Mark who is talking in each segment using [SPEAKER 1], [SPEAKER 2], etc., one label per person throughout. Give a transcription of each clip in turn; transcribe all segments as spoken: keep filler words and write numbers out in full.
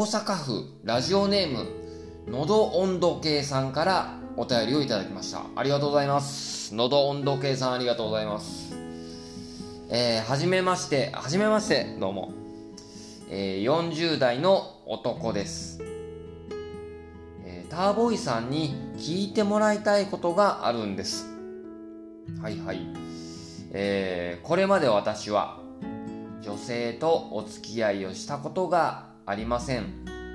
[SPEAKER 1] 大阪府ラジオネームのど温度計さんからお便りをいただきました。ありがとうございます。のど温度計さん、ありがとうございます。えー、はじめましてはじめましてどうも、えー、よんじゅう代の男です。えー、ターボイさんに聞いてもらいたいことがあるんです。はいはい、えー、これまで私は女性とお付き合いをしたことがありません。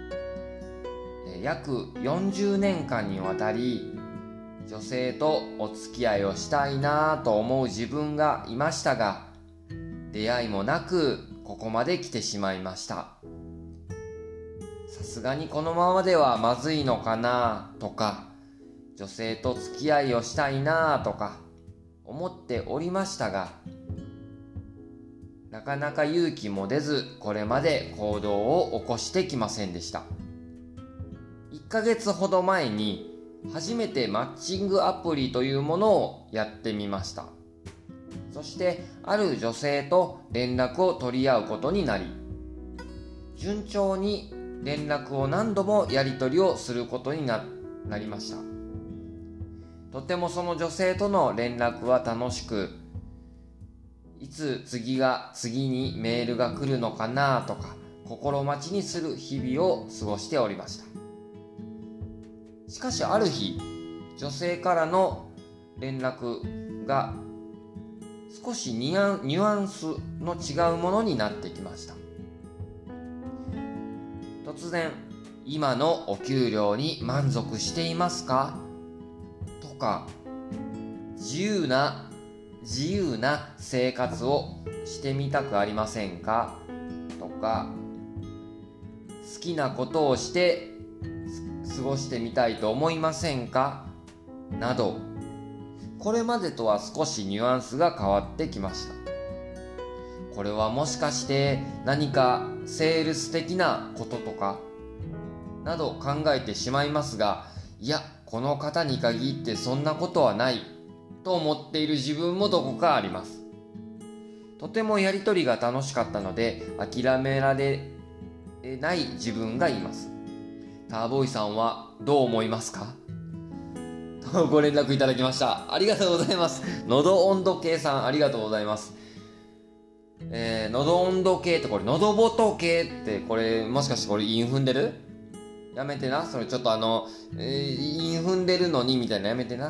[SPEAKER 1] 約よんじゅうねんかんにわたり女性とお付き合いをしたいなと思う自分がいましたが、出会いもなくここまで来てしまいました。さすがにこのままではまずいのかなとか、女性と付き合いをしたいなとか思っておりましたが、なかなか勇気も出ず、これまで行動を起こしてきませんでした。いっかげつほど前に初めてマッチングアプリというものをやってみました。そしてある女性と連絡を取り合うことになり、順調に連絡を何度もやり取りをすることに な, なりました。とてもその女性との連絡は楽しく、いつ次が次にメールが来るのかなとか心待ちにする日々を過ごしておりました。しかしある日、女性からの連絡が少しニュアン、ニュアンスの違うものになってきました。突然、今のお給料に満足していますかとか、自由な自由な生活をしてみたくありませんかとか、好きなことをして過ごしてみたいと思いませんかなど、これまでとは少しニュアンスが変わってきました。これはもしかして何かセールス的なこととかなど考えてしまいますが、いや、この方に限ってそんなことはないと思っている自分もどこかあります。とてもやりとりが楽しかったので諦められない自分がいます。ターボーイさんはどう思いますかとご連絡いただきました。ありがとうございます。のど温度計さん、ありがとうございます。えー、のど温度計ってこれのどぼと計ってこれもしかしてこれ韻踏んでる？やめてな。それちょっとあの、えー、韻踏んでるのにみたいなやめてな。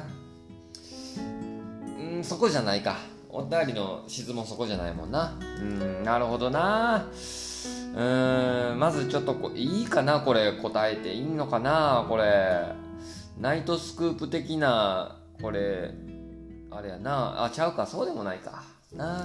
[SPEAKER 1] うん、そこじゃないか。お便りの質問そこじゃないもんな。うん、なるほどな。うーん、まずちょっとこいいかな、これ答えていいのかな、これナイトスクープ的な、これあれやなあ、ちゃうか、そうでもないかな。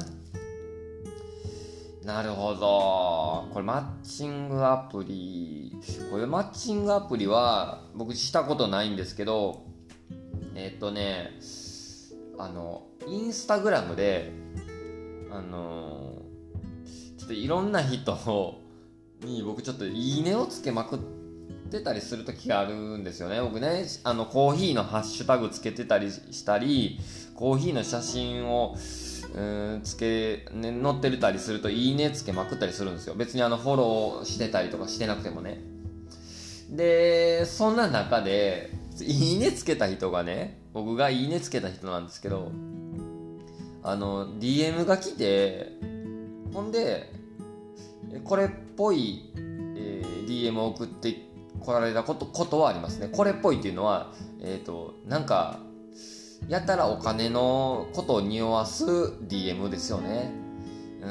[SPEAKER 1] なるほど。これマッチングアプリ、これマッチングアプリは僕したことないんですけど、えっとねあのインスタグラムであのちょっといろんな人に僕ちょっといいねをつけまくってたりする時があるんですよね。僕ね、あのコーヒーのハッシュタグつけてたりしたり、コーヒーの写真をうーんつけ、ね、載ってたりするといいねつけまくったりするんですよ。別にあのフォローしてたりとかしてなくてもね。でそんな中でいいねつけた人がね、僕がいいねつけた人なんですけど、あの ディーエム が来て、ほんでこれっぽい、えー、ディーエム を送って来られたことことはありますね。これっぽいっていうのは、えっとなんかやたらお金のことを匂わす ディーエム ですよね。うん、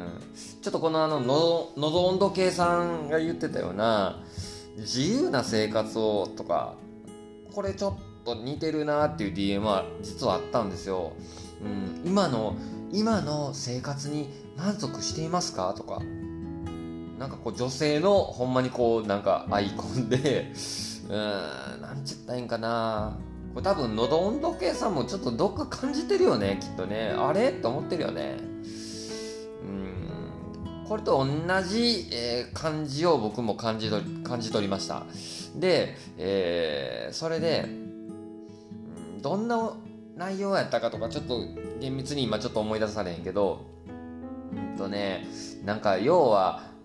[SPEAKER 1] ちょっとこのあのののど温度計さんが言ってたような自由な生活をとか、これちょっと似てるなっていう ディーエム は実はあったんですよ。うん、今の今の生活に満足していますかとか、なんかこう女性のほんまにこうなんかアイコンでうーん、なんちゃったらいいんかな、これ多分のど温度計さんもちょっとどっか感じてるよね、きっとね。あれと思ってるよね。うーん、これと同じ、えー、感じを僕も感じ取り、感じ取りました。で、えー、それで、うん、どんな内容やったかとかちょっと厳密に今ちょっと思い出されへんけど、うんとね、なんか要は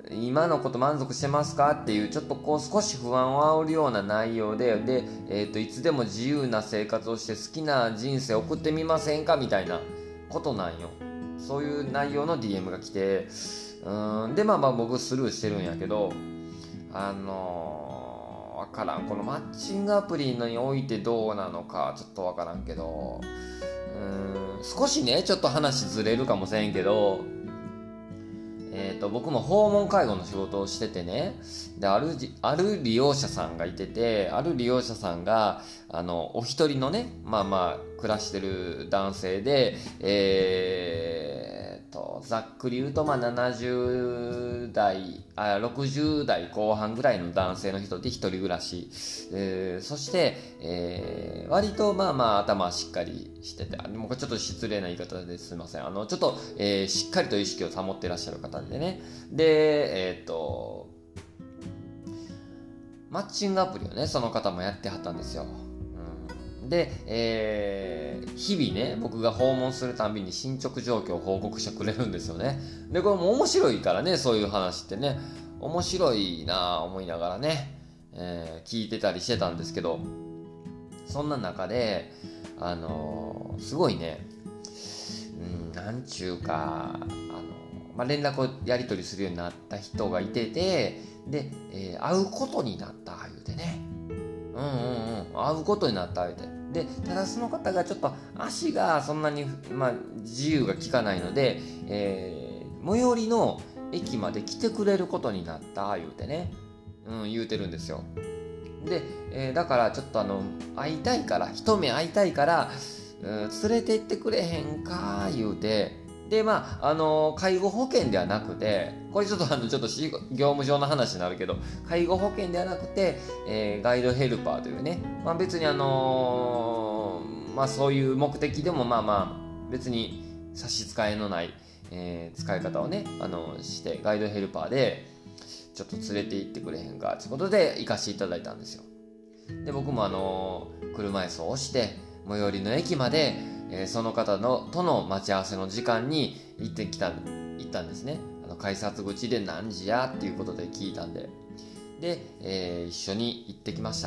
[SPEAKER 1] 今のこと満足してますかっていう、ちょっとこう少し不安を煽るような内容で、で、えーと、いつでも自由な生活をして好きな人生を送ってみませんかみたいなことなんよ。そういう内容の ディーエム が来て、うーんでまあまあ僕スルーしてるんやけど、あのー、わからん、このマッチングアプリにおいてどうなのかちょっとわからんけど、うーん少しねちょっと話ずれるかもしれんけど、えーと、僕も訪問介護の仕事をしててね、であるじある利用者さんがいてて、ある利用者さんがあのお一人のね、まあまあ暮らしてる男性で、えーとざっくり言うとまあななじゅう代あろくじゅう代後半ぐらいの男性の人で一人暮らし、えー、そして、えー、割とまあまあ頭はしっかりしてて、もうちょっと失礼な言い方ですいません、あのちょっと、えー、しっかりと意識を保っていらっしゃる方でね、でえっ、ー、とマッチングアプリをねその方もやってはったんですよ。で、えー、日々ね僕が訪問するたんびに進捗状況を報告してくれるんですよね。でこれも面白いからね、そういう話ってね面白いなぁ思いながらね、えー、聞いてたりしてたんですけど、そんな中であのー、すごいね、うん、なんちゅうかあの、まあ、連絡をやり取りするようになった人がいてて、で、えー、会うことになった言うてね、うんうんうん、会うことになった言うて、でただその方がちょっと足がそんなに、まあ、自由が利かないので、えー、最寄りの駅まで来てくれることになった言うてね、うん、言うてるんですよ。で、えー、だからちょっとあの会いたいから一目会いたいから、うん、連れて行ってくれへんか言うて、でまああの介護保険ではなくて、これちょっとあのちょっと業務上の話になるけど、介護保険ではなくて、えー、ガイドヘルパーというね、まあ、別にあのー、まあそういう目的でもまあまあ別に差し支えのない、えー、使い方をねあのしてガイドヘルパーでちょっと連れて行ってくれへんかということで行かせていただいたんですよ。で僕もあのー、車椅子を押して最寄りの駅まで、えー、その方のとの待ち合わせの時間に行ってきた行ったんですね。あの改札口で何時やっていうことで聞いたんで、で、えー、一緒に行ってきました。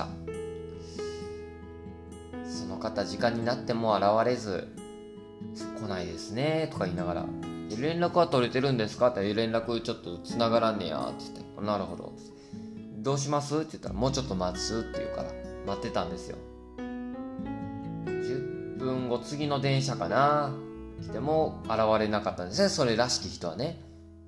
[SPEAKER 1] その方時間になっても現れず、来ないですねとか言いながら、連絡は取れてるんですかって連絡ちょっと繋がらんねやって言って、なるほど、どうしますって言ったら、もうちょっと待つって言うから待ってたんですよ。じゅっぷんご次の電車かな来ても現れなかったんですね。それらしき人はね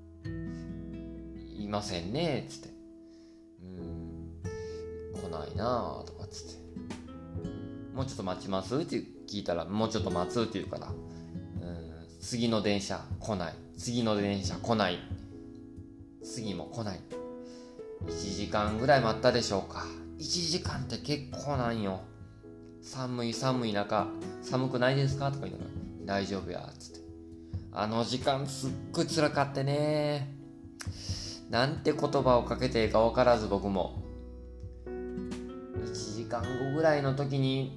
[SPEAKER 1] いませんねっつって、うーん来ないなとかっつって、もうちょっと待ちますって聞いたら、もうちょっと待つって言うから、次の電車来ない、次の電車来ない、次も来ない、いちじかんぐらい待ったでしょうか。いちじかんって結構なんよ。寒い寒い中、寒くないですかとか言うのに、大丈夫やつって、あの時間すっごい辛かってね、なんて言葉をかけていいか分からず、僕もいちじかんごぐらいの時に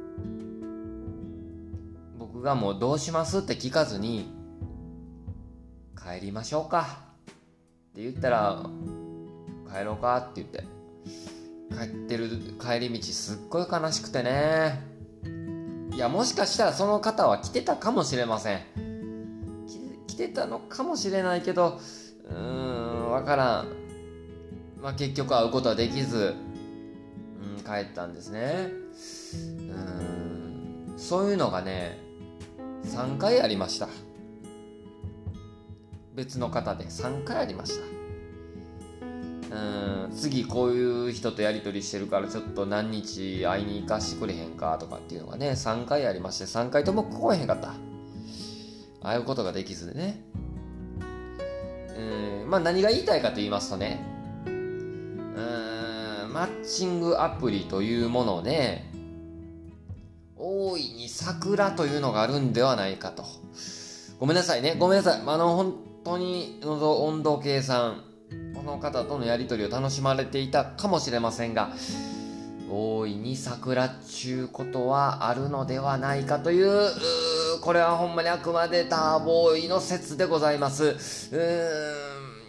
[SPEAKER 1] 僕がもうどうしますって聞かずに、帰りましょうかって言ったら、帰ろうかって言って帰ってる帰り道すっごい悲しくてね。いやもしかしたらその方は来てたかもしれません。来てたのかもしれないけど、うーんわからん。まあ結局会うことはできず、うん、帰ったんですね。うーんそういうのがねさんかいありました。別の方でさんかいありました。うーん次こういう人とやり取りしてるからちょっと何日会いに行かしてくれへんかとかっていうのがねさんかいありまして、さんかいとも来えへんかった。会うことができずでね、うーんまあ何が言いたいかと言いますとね、うーんマッチングアプリというものをね大いに桜というのがあるんではないかと。ごめんなさいね、ごめんなさい。あの本当に温度計さん、この方とのやり取りを楽しまれていたかもしれませんが、大いに桜っちゅうことはあるのではないかという、うこれはほんまにあくまでターボーイの説でございます。うーん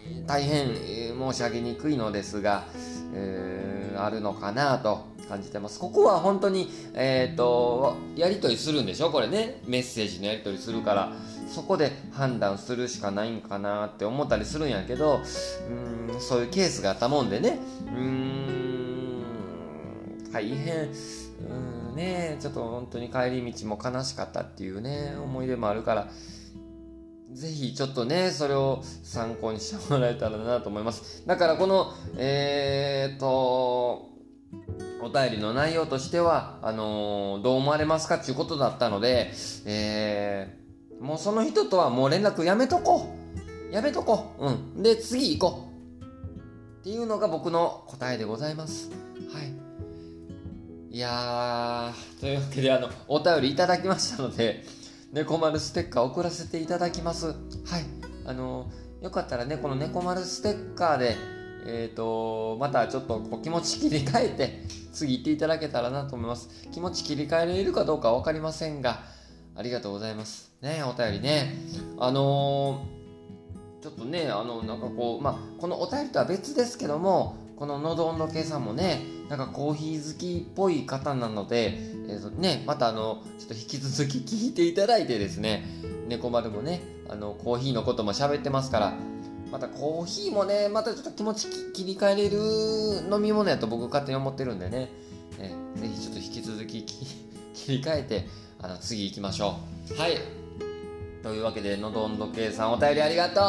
[SPEAKER 1] 大変申し上げにくいのですが、えー、あるのかなと感じてます。ここは本当に、えーと、やり取りするんでしょこれね。メッセージのやり取りするから、そこで判断するしかないんかなって思ったりするんやけど、うーん、そういうケースがあったもんでね、うーん、大変、うーんね、ちょっと本当に帰り道も悲しかったっていうね、思い出もあるから、ぜひちょっとね、それを参考にしてもらえたらなと思います。だからこの、えーっと、お便りの内容としては、あのー、どう思われますかっていうことだったので、えー、もうその人とはもう連絡やめとこう。やめとこう。うん。で、次行こう。っていうのが僕の答えでございます。はい。いやー、というわけで、あの、お便りいただきましたので、猫丸ステッカー送らせていただきます。はい。あのー、よかったらね、この猫丸ステッカーで、えーと、またちょっとこう気持ち切り替えて、次行っていただけたらなと思います。気持ち切り替えれるかどうかわかりませんが、ありがとうございます。ね、お便りね。あのー、ちょっとね、あの、なんかこう、まあ、このお便りとは別ですけども、こののど温度計さんもね、なんかコーヒー好きっぽい方なので、えーとね、またあの、ちょっと引き続き聞いていただいてですね、猫丸もね、あの、コーヒーのことも喋ってますから、またコーヒーもね、またちょっと気持ち切り替えれる飲み物やと僕勝手に思ってるんでね、えー、ぜひちょっと引き続き切り替えて、あの、次行きましょう。はい。というわけで、のど温度計さんお便りありがとう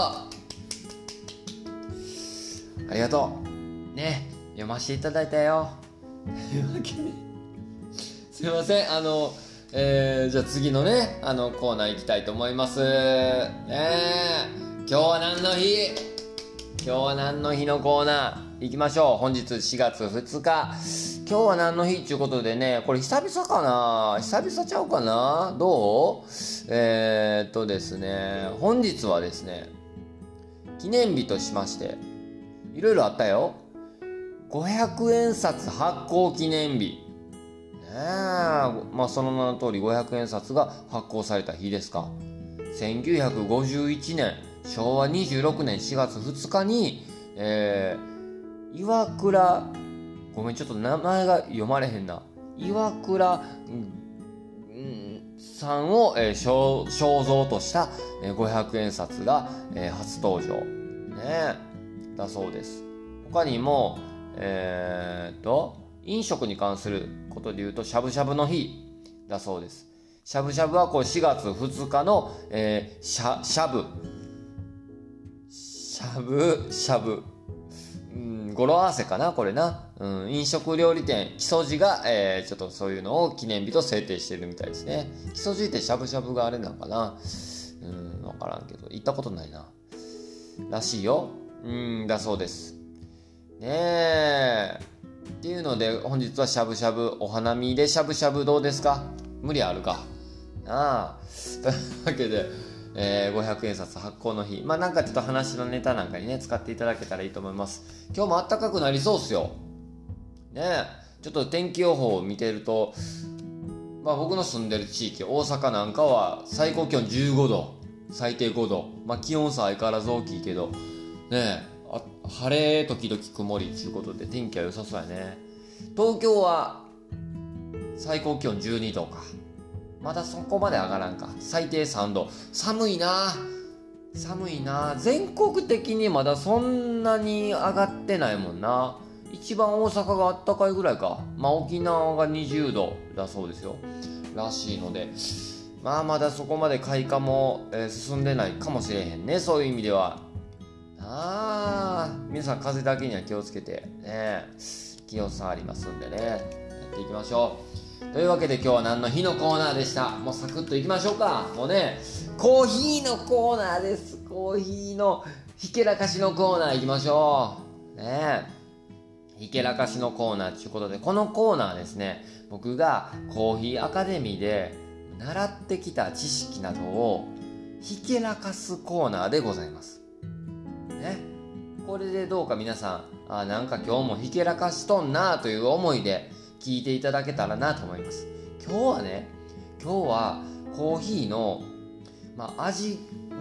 [SPEAKER 1] ありがとうね、読ませていただいたよ。というわけですいません、あの、えー、じゃあ次のね、あの、コーナー行きたいと思います。ねえ。今日は何の日今日は何の日のコーナー行きましょう。本日しがつふつか。今日は何の日っていうことでね、これ久々かな久々ちゃうかなどうえー、っとですね、本日はですね、記念日としまして、いろいろあったよ。ごひゃくえん札発行記念日。ねえ、まあその名の通りごひゃくえん札が発行された日ですか。せんきゅうひゃくごじゅういちねん、しょうわにじゅうろくねんしがつふつかに、えー、岩倉、ごめん、ちょっと名前が読まれへんな。岩倉、んさんを、えー、肖像とした、えー、ごひゃくえん札が、えー、初登場。ねだそうです。他にも、えー、っと、飲食に関することで言うと、しゃぶしゃぶの日だそうです。しゃぶしゃぶはこうしがつふつかの、えー、しゃ、しゃぶ。しゃぶ、しゃぶ。うん、語呂合わせかな、これな。うん、飲食料理店、木曽路が、えー、ちょっとそういうのを記念日と制定してるみたいですね。木曽路ってしゃぶしゃぶがあれなんかな。うん、わからんけど、行ったことないな。らしいよ。うん、だそうです。ねえ。っていうので、本日はしゃぶしゃぶ、お花見でしゃぶしゃぶどうですか？無理あるか。ああ。というわけで、えー、ごひゃくえん札発行の日。まあなんかちょっと話のネタなんかにね、使っていただけたらいいと思います。今日も暖かくなりそうっすよ。ねえ。ちょっと天気予報を見てると、まあ僕の住んでる地域、大阪なんかは最高気温じゅうごど、最低ごど。まあ気温差相変わらず大きいけど、ねえ。あ晴れ時々曇りということで天気は良さそうやね。東京は最高気温じゅうにどか。まだそこまで上がらんか。最低さんど。寒いな寒いな全国的にまだそんなに上がってないもんな。一番大阪があったかいぐらいか。まあ沖縄がにじゅうどだそうですよ。らしいので、まあまだそこまで開花も、えー、進んでないかもしれへんね。そういう意味では。ああ、皆さん風邪だけには気をつけてね、気温差ありますんでね、やっていきましょう。というわけで今日は何の日のコーナーでした。もうサクッといきましょうか。もうね、コーヒーのコーナーです。コーヒーのひけらかしのコーナーいきましょう。ねえ、ひけらかしのコーナーということで、このコーナーですね、僕がコーヒーアカデミーで習ってきた知識などをひけらかすコーナーでございます。ね、これでどうか皆さん、あ、なんか今日もひけらかしとんなという思いで聞いていただけたらなと思います。今日はね、今日はコーヒーの、まあ、味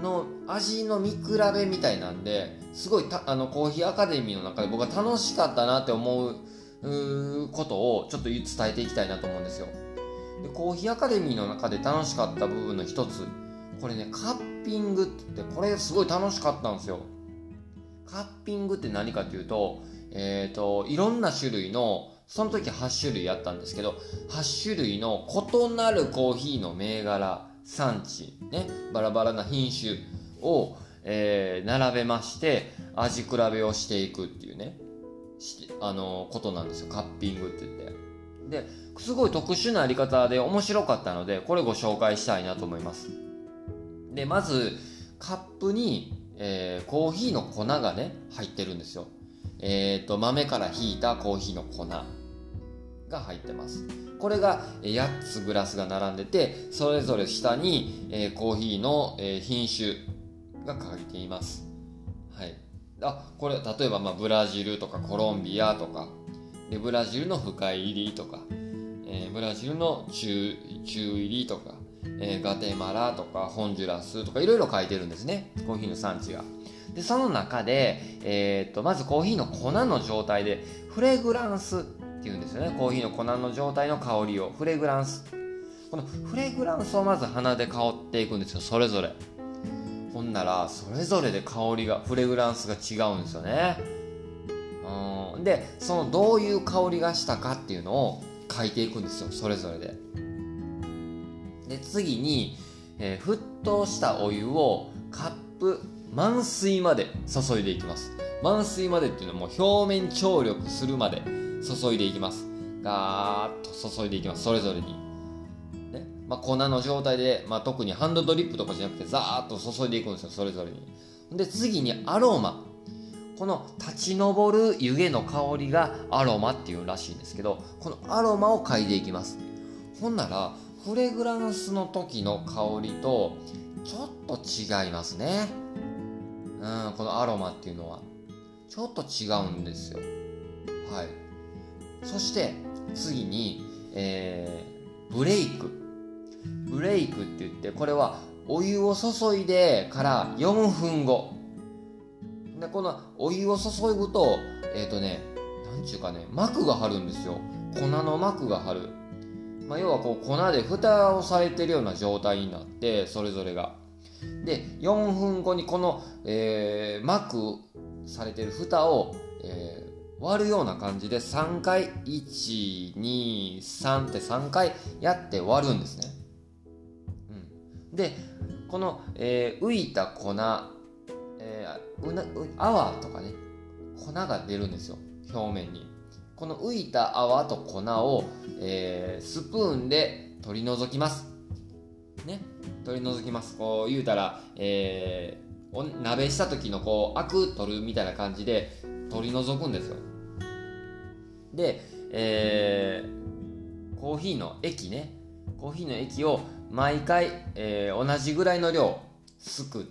[SPEAKER 1] の味の見比べみたいなんですごいたあのコーヒーアカデミーの中で僕は楽しかったなって思うことをちょっと伝えていきたいなと思うんですよ。でコーヒーアカデミーの中で楽しかった部分の一つ、これねカッピングって言って、これすごい楽しかったんですよ。カッピングって何かっていうと、えーといろんな種類の、その時はち種類やったんですけど、はち種類の異なるコーヒーの銘柄、産地ね、バラバラな品種を、えー、並べまして味比べをしていくっていうね、あのことなんですよ、カッピングって言って。ですごい特殊なやり方で面白かったので、これご紹介したいなと思います。でまずカップに、えー、コーヒーの粉がね入ってるんですよ。えーと豆からひいたコーヒーの粉が入ってます。これがやっつグラスが並んでて、それぞれ下に、えー、コーヒーの、えー、品種が書いています。はい。あ、これ例えば、まあ、ブラジルとかコロンビアとかで、ブラジルの深入りとか、えー、ブラジルの中中入りとか、えー、ガテマラとかホンジュラスとかいろいろ書いてるんですね、コーヒーの産地が。でその中で、えー、とまずコーヒーの粉の状態でフレグランスっていうんですよね。コーヒーの粉の状態の香りをフレグランス、このフレグランスをまず鼻で香っていくんですよ、それぞれ。ほんならそれぞれで香りが、フレグランスが違うんですよね。うんでそのどういう香りがしたかっていうのを書いていくんですよ、それぞれで。で次に、えー、沸騰したお湯をカップ満水まで注いでいきます。満水までっていうのはもう表面張力するまで注いでいきます。ガーッと注いでいきます、それぞれに、ね。まあ、粉の状態で、まあ、特にハンドドリップとかじゃなくてザーッと注いでいくんですよ、それぞれに。で次にアロマ、この立ち上る湯気の香りがアロマっていうらしいんですけど、このアロマを嗅いでいきます。ほんならフレグランスの時の香りとちょっと違いますね。うん、このアロマっていうのはちょっと違うんですよ。はい。そして次に、えー、ブレイクブレイクって言って、これはお湯を注いでからよんぷんごで、このお湯を注ぐとえっ、ー、とねなんちゅうかね膜が張るんですよ。粉の膜が張る、まあ、要はこう粉で蓋をされてるような状態になって、それぞれがでよんぷんごにこの、えー、膜されてる蓋を、えー、割るような感じでさんかい、いち、に、さんってさんかいやって割るんですね。うん、でこの、えー、浮いた粉、えー、うなう泡とかね粉が出るんですよ、表面に。この浮いた泡と粉を、えー、スプーンで取り除きますね。取り除きます。こう言うたら、えー、お鍋した時のこうアク取るみたいな感じで取り除くんですよ。で、えー、コーヒーの液ねコーヒーの液を毎回、えー、同じぐらいの量すくって、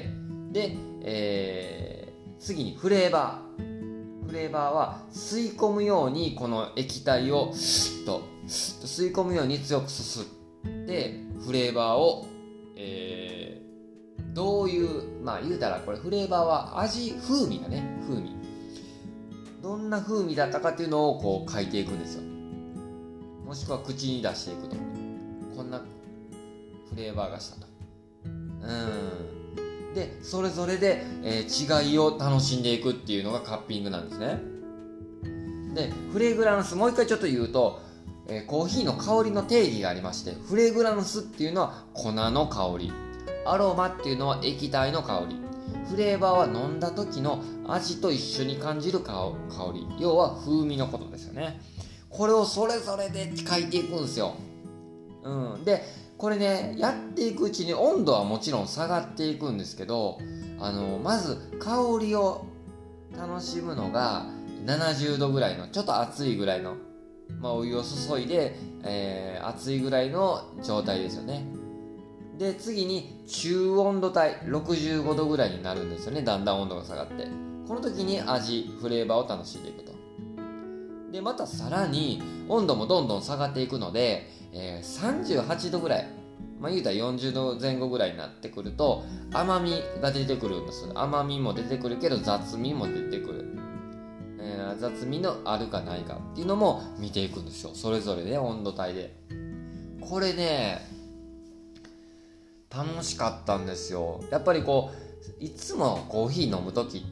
[SPEAKER 1] で、えー、次にフレーバーフレーバーは吸い込むようにこの液体をスッと吸い込むように強くすすってフレーバーを、えー、どういうまあ言うたらこれフレーバーは味風味だね風味どんな風味だったかっていうのをこう書いていくんですよ。もしくは口に出していくと、こんなフレーバーがしたと。うんでそれぞれで、えー、違いを楽しんでいくっていうのがカッピングなんですね。でフレグランスもう一回ちょっと言うと、えー、コーヒーの香りの定義がありまして、フレグランスっていうのは粉の香り、アロマっていうのは液体の香り、フレーバーは飲んだ時の味と一緒に感じる香り、要は風味のことですよね。これをそれぞれで書いていくんですよ。うん、でこれねやっていくうちに温度はもちろん下がっていくんですけど、あのまず香りを楽しむのがななじゅうどぐらいのちょっと熱いぐらいの、まあ、お湯を注いで、えー、熱いぐらいの状態ですよね。で次に中温度帯ろくじゅうごどぐらいになるんですよね。だんだん温度が下がって、この時に味フレーバーを楽しんでいくと。でまたさらに温度もどんどん下がっていくので、えー、さんじゅうはちどぐらいまあ言うたらよんじゅうどぜん後ぐらいになってくると甘みが出てくるんです。甘みも出てくるけど雑味も出てくる、えー、雑味のあるかないかっていうのも見ていくんですよ、それぞれね、温度帯で。これね楽しかったんですよ。やっぱりこういつもコーヒー飲む時って、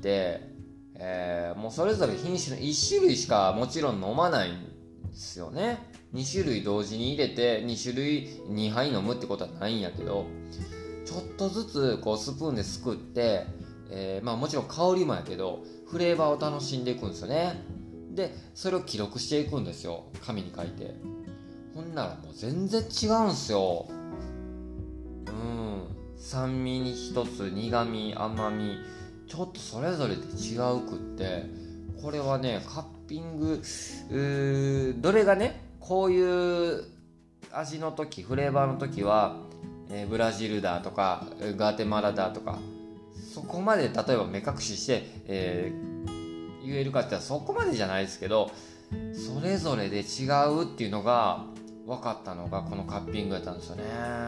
[SPEAKER 1] えー、もうそれぞれ品種のいち種類しかもちろん飲まないんですよね。に種類同時に入れてに種類にはい飲むってことはないんやけど、ちょっとずつこうスプーンですくって、えー、まあもちろん香りもやけどフレーバーを楽しんでいくんですよね。でそれを記録していくんですよ、紙に書いて。ほんならもう全然違うんすよ。うん酸味に一つ、苦味、甘み、ちょっとそれぞれで違うくって、これはねカッピング、どれがねこういう味の時、フレーバーの時は、えー、ブラジルだとかガテマラだとか、そこまで例えば目隠しして、えー、言えるかって言ったらそこまでじゃないですけど、それぞれで違うっていうのが分かったのがこのカッピングやったんですよね。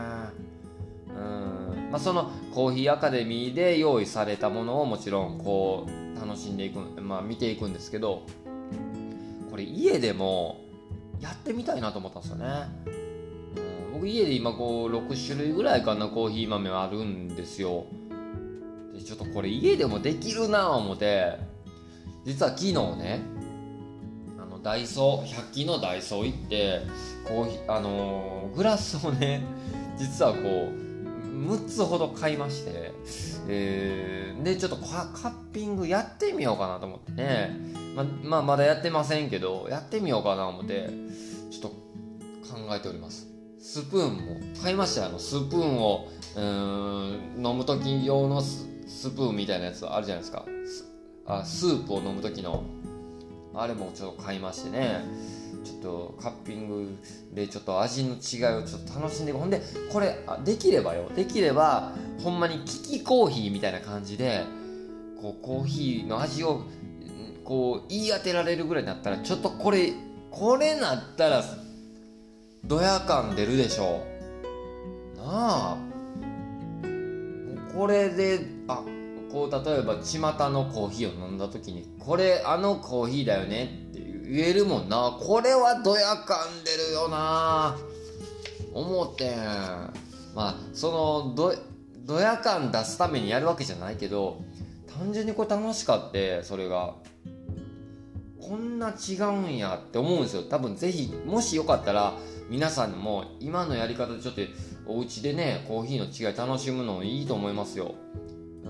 [SPEAKER 1] うんまあ、そのコーヒーアカデミーで用意されたものをもちろんこう楽しんでいく、まあ、見ていくんですけど、これ家でもやってみたいなと思ったんですよね。うん、僕家で今こうろく種類ぐらいかなコーヒー豆あるんですよ。でちょっとこれ家でもできるなぁ思って、実は昨日ねあのダイソーひゃっ均のダイソー行ってコーヒー、あのー、グラスをね実はこうむっつほど買いまして、えー、でちょっとカッピングやってみようかなと思ってね、ま、まあまだやってませんけどやってみようかなと思ってちょっと考えております。スプーンも買いましたよ。あのスプーンをうーん飲む時用の ス, スプーンみたいなやつあるじゃないですか。あスープを飲む時のあれもちょっと買いましてね、ちょっとカッピングでちょっと味の違いをちょっと楽しんで、ほんでこれできればよできればほんまに利きコーヒーみたいな感じでこうコーヒーの味をこう言い当てられるぐらいになったら、ちょっとこれこれなったらドヤ感出るでしょなあ。これであこう例えば巷のコーヒーを飲んだ時にこれあのコーヒーだよねって言えるもんな。これはドヤ感出るよな思ってん。まあそのドドヤ感出すためにやるわけじゃないけど、単純にこれ楽しかって、それがこんな違うんやって思うんですよ。多分ぜひもしよかったら皆さんも今のやり方でちょっとお家でねコーヒーの違い楽しむのいいと思いますよ。うん、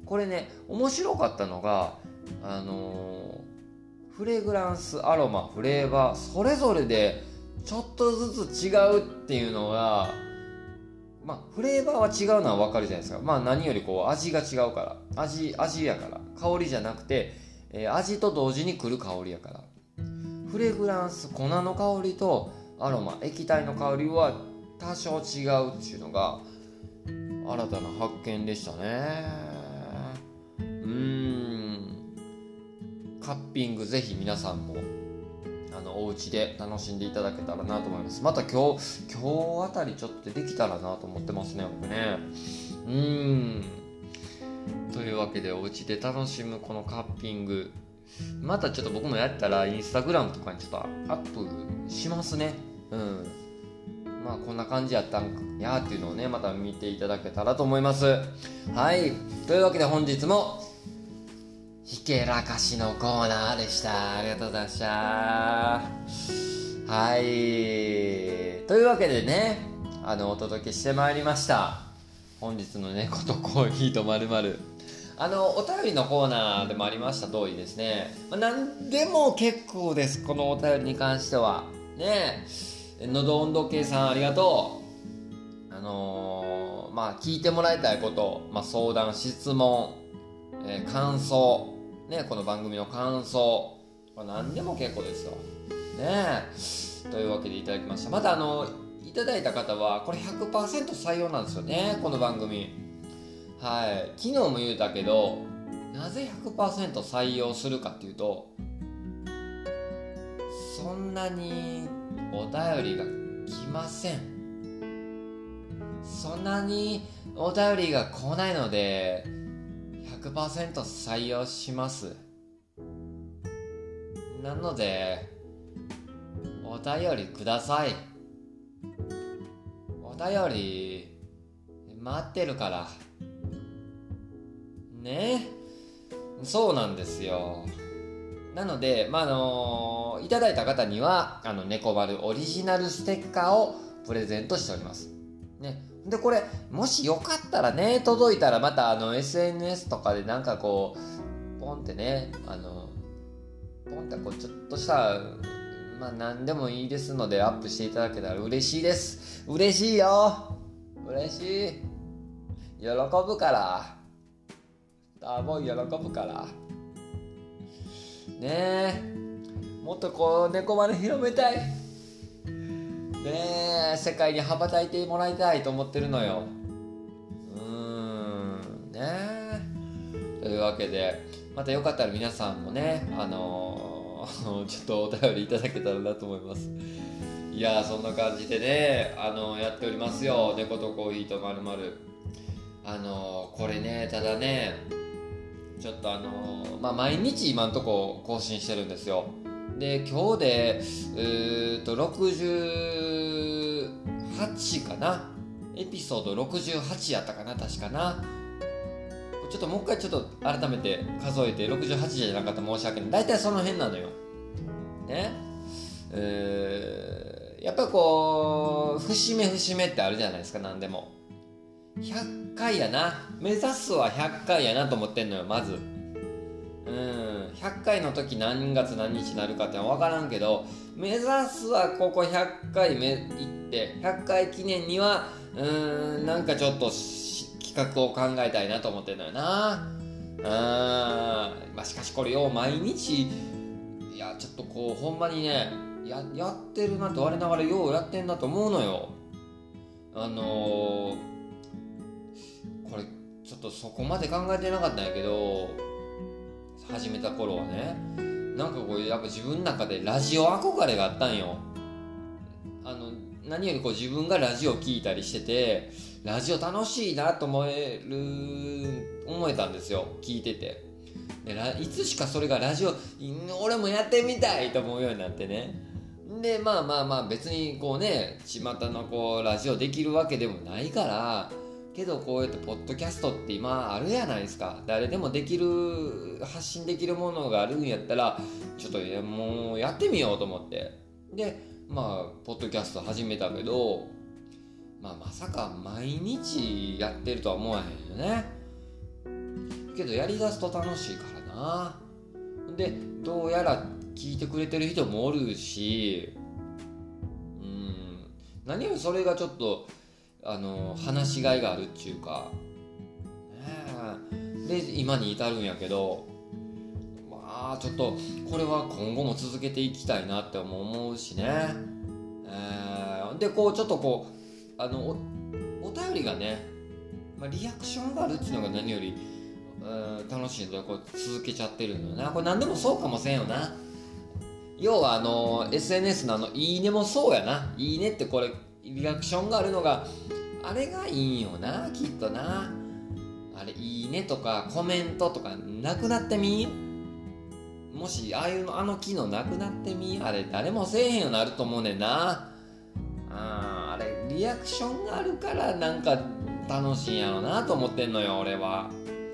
[SPEAKER 1] これね面白かったのがあのー、フレグランス、アロマ、フレーバーそれぞれでちょっとずつ違うっていうのが、まあフレーバーは違うのは分かるじゃないですか。まあ何よりこう味が違うから、味味やから香りじゃなくて、えー、味と同時に来る香りやから。フレグランス、粉の香りとアロマ、液体の香りは多少違うっていうのが新たな発見でしたね。うーんカッピングぜひ皆さんもあのお家で楽しんでいただけたらなと思います。また今日今日あたりちょっとできたらなと思ってますね僕ね。うーんというわけでお家で楽しむこのカッピング、またちょっと僕もやったらインスタグラムとかにちょっとアップしますね。うんまあこんな感じやったんやっていうのをねまた見ていただけたらと思います。はい、というわけで本日もひけらかしのコーナーでした。ありがとうございました。はいというわけでねあのお届けしてまいりました本日の猫とコーヒーとまるまる。あのお便りのコーナーでもありました通りですね、まあ、何でも結構です。このお便りに関してはねえのど温度計さんありがとう。あのー、まあ聞いてもらいたいこと、まあ、相談質問、えー、感想ねこの番組の感想、まあ、何でも結構ですよねえというわけでいただきました。またあのいただいた方はこれ ひゃくパーセント 採用なんですよねこの番組。はい昨日も言うたけどなぜ ひゃくパーセント 採用するかっていうと、そんなにお便りが来ません。 そんなにお便りが来ないので ひゃくパーセント 採用します。なのでお便りください。お便り待ってるからね。そうなんですよ。なので、まああのいただいた方にはあの猫丸オリジナルステッカーをプレゼントしておりますね。でこれもしよかったらね、届いたらまたあの エスエヌエス とかでなんかこうポンってね、あのポンってこうちょっとしたまあ何でもいいですのでアップしていただけたら嬉しいです。嬉しいよ、嬉しい、喜ぶから、あもう喜ぶからねえ。もっとこう猫丸広めたいねえ、世界に羽ばたいてもらいたいと思ってるのよ。うーんねえ。というわけでまたよかったら皆さんもね、あのー、ちょっとお便りいただけたらなと思います。いやーそんな感じでね、あのー、やっておりますよ、猫とコーヒーとまるまる。あのー、これね、ただねちょっとあのー、まあ毎日今んとこ更新してるんですよ。で今日でえーとろくじゅうはちかな、エピソードろくじゅうはちやったかな確かな。ちょっともう一回ちょっと改めて数えてろくじゅうはちじゃなかったら申し訳ない。大体その辺なのよね。えー、やっぱりこう節目節目ってあるじゃないですか。何でもひゃっかいやな、目指すはひゃっかいやなと思ってんのよ。まずうんひゃっかいの時何月何日になるかって分からんけど、目指すはここひゃっかいめいってひゃっかい記念にはうーんなんかちょっと企画を考えたいなと思ってんのよな。あまあしかしこれよう毎日、いやちょっとこうほんまにね や, やってるなと我ながらようやってんなと思うのよ。あのー、これちょっとそこまで考えてなかったんやけど、始めた頃はね、なんかこうやっぱ自分の中でラジオ憧れがあったんよ。あの何よりこう自分がラジオ聞いたりしてて、ラジオ楽しいなと思える思えたんですよ、聞いてて。でいつしかそれがラジオ俺もやってみたいと思うようになってね。でまあまあまあ別にこうね巷のこうラジオできるわけでもないから、けどこうやってポッドキャストって今あるやないですか。誰でもできる発信できるものがあるんやったらちょっともうやってみようと思って、でまあポッドキャスト始めたけど、まあまさか毎日やってるとは思わへんよね。けどやりだすと楽しいからな。でどうやら聞いてくれてる人もおるし、うん何よりそれがちょっとあの話しがいがあるっていうか、ね、で今に至るんやけど、まあちょっとこれは今後も続けていきたいなって思うしね、えー、でこうちょっとこうあの お, お便りがね、まあ、リアクションがあるっていうのが何より、うん、楽しいのでこう続けちゃってるのよな。これ何でもそうかもせんよな。要はあの エスエヌエス のあのいいねもそうやな。いいねってこれリアクションがあるのがあれがいいんよな、きっとな。あれいいねとかコメントとかなくなってみ、もしああいうのあの機能なくなってみ、あれ誰もせえへんようになると思うねんな。あ, あれリアクションがあるからなんか楽しいんやろなと思ってんのよ俺は。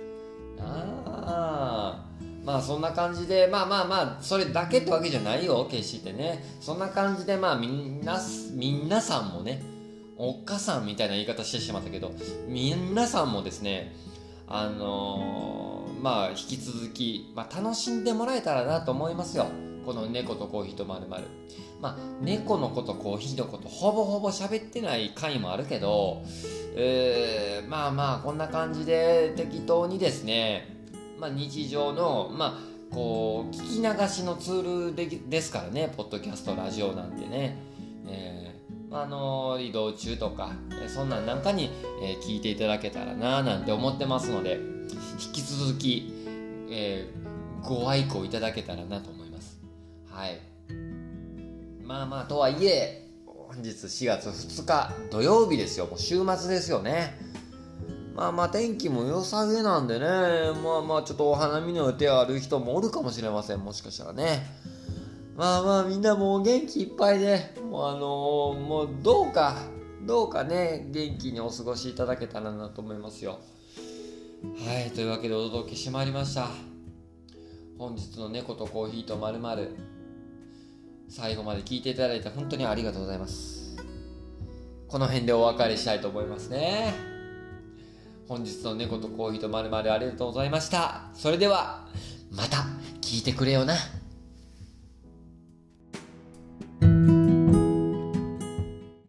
[SPEAKER 1] ああまあそんな感じで、まあまあまあそれだけってわけじゃないよ決してね。そんな感じでまあみんなみんなさんもね、おっかさんみたいな言い方してしまったけど、みんなさんもですね、あのー、まあ引き続き、まあ、楽しんでもらえたらなと思いますよ。この猫とコーヒーとまるまる。まあ猫のことコーヒーのことほぼほぼ喋ってない回もあるけど、えー、まあまあこんな感じで適当にですね、まあ、日常のまあこう聞き流しのツールでですからね、ポッドキャストラジオなんてね、えー、あのー、移動中とかそんなんなんかに、えー、聞いていただけたらななんて思ってますので、引き続き、えー、ご愛顧いただけたらなと思います。はい。まあまあとはいえ本日しがつふつか土曜日ですよ。もう週末ですよね。まあまあ天気も良さげなんでね、まあまあちょっとお花見の予定ある人もおるかもしれません。もしかしたらね。まあまあみんなもう元気いっぱいで、もうあのー、もうどうかどうかね元気にお過ごしいただけたらなと思いますよ。はい、というわけでお届けしてまいりました。本日の猫とコーヒーとまるまる、最後まで聞いていただいて本当にありがとうございます。この辺でお別れしたいと思いますね。本日の猫とコーヒーとまるまるありがとうございました。それではまた聞いてくれよな。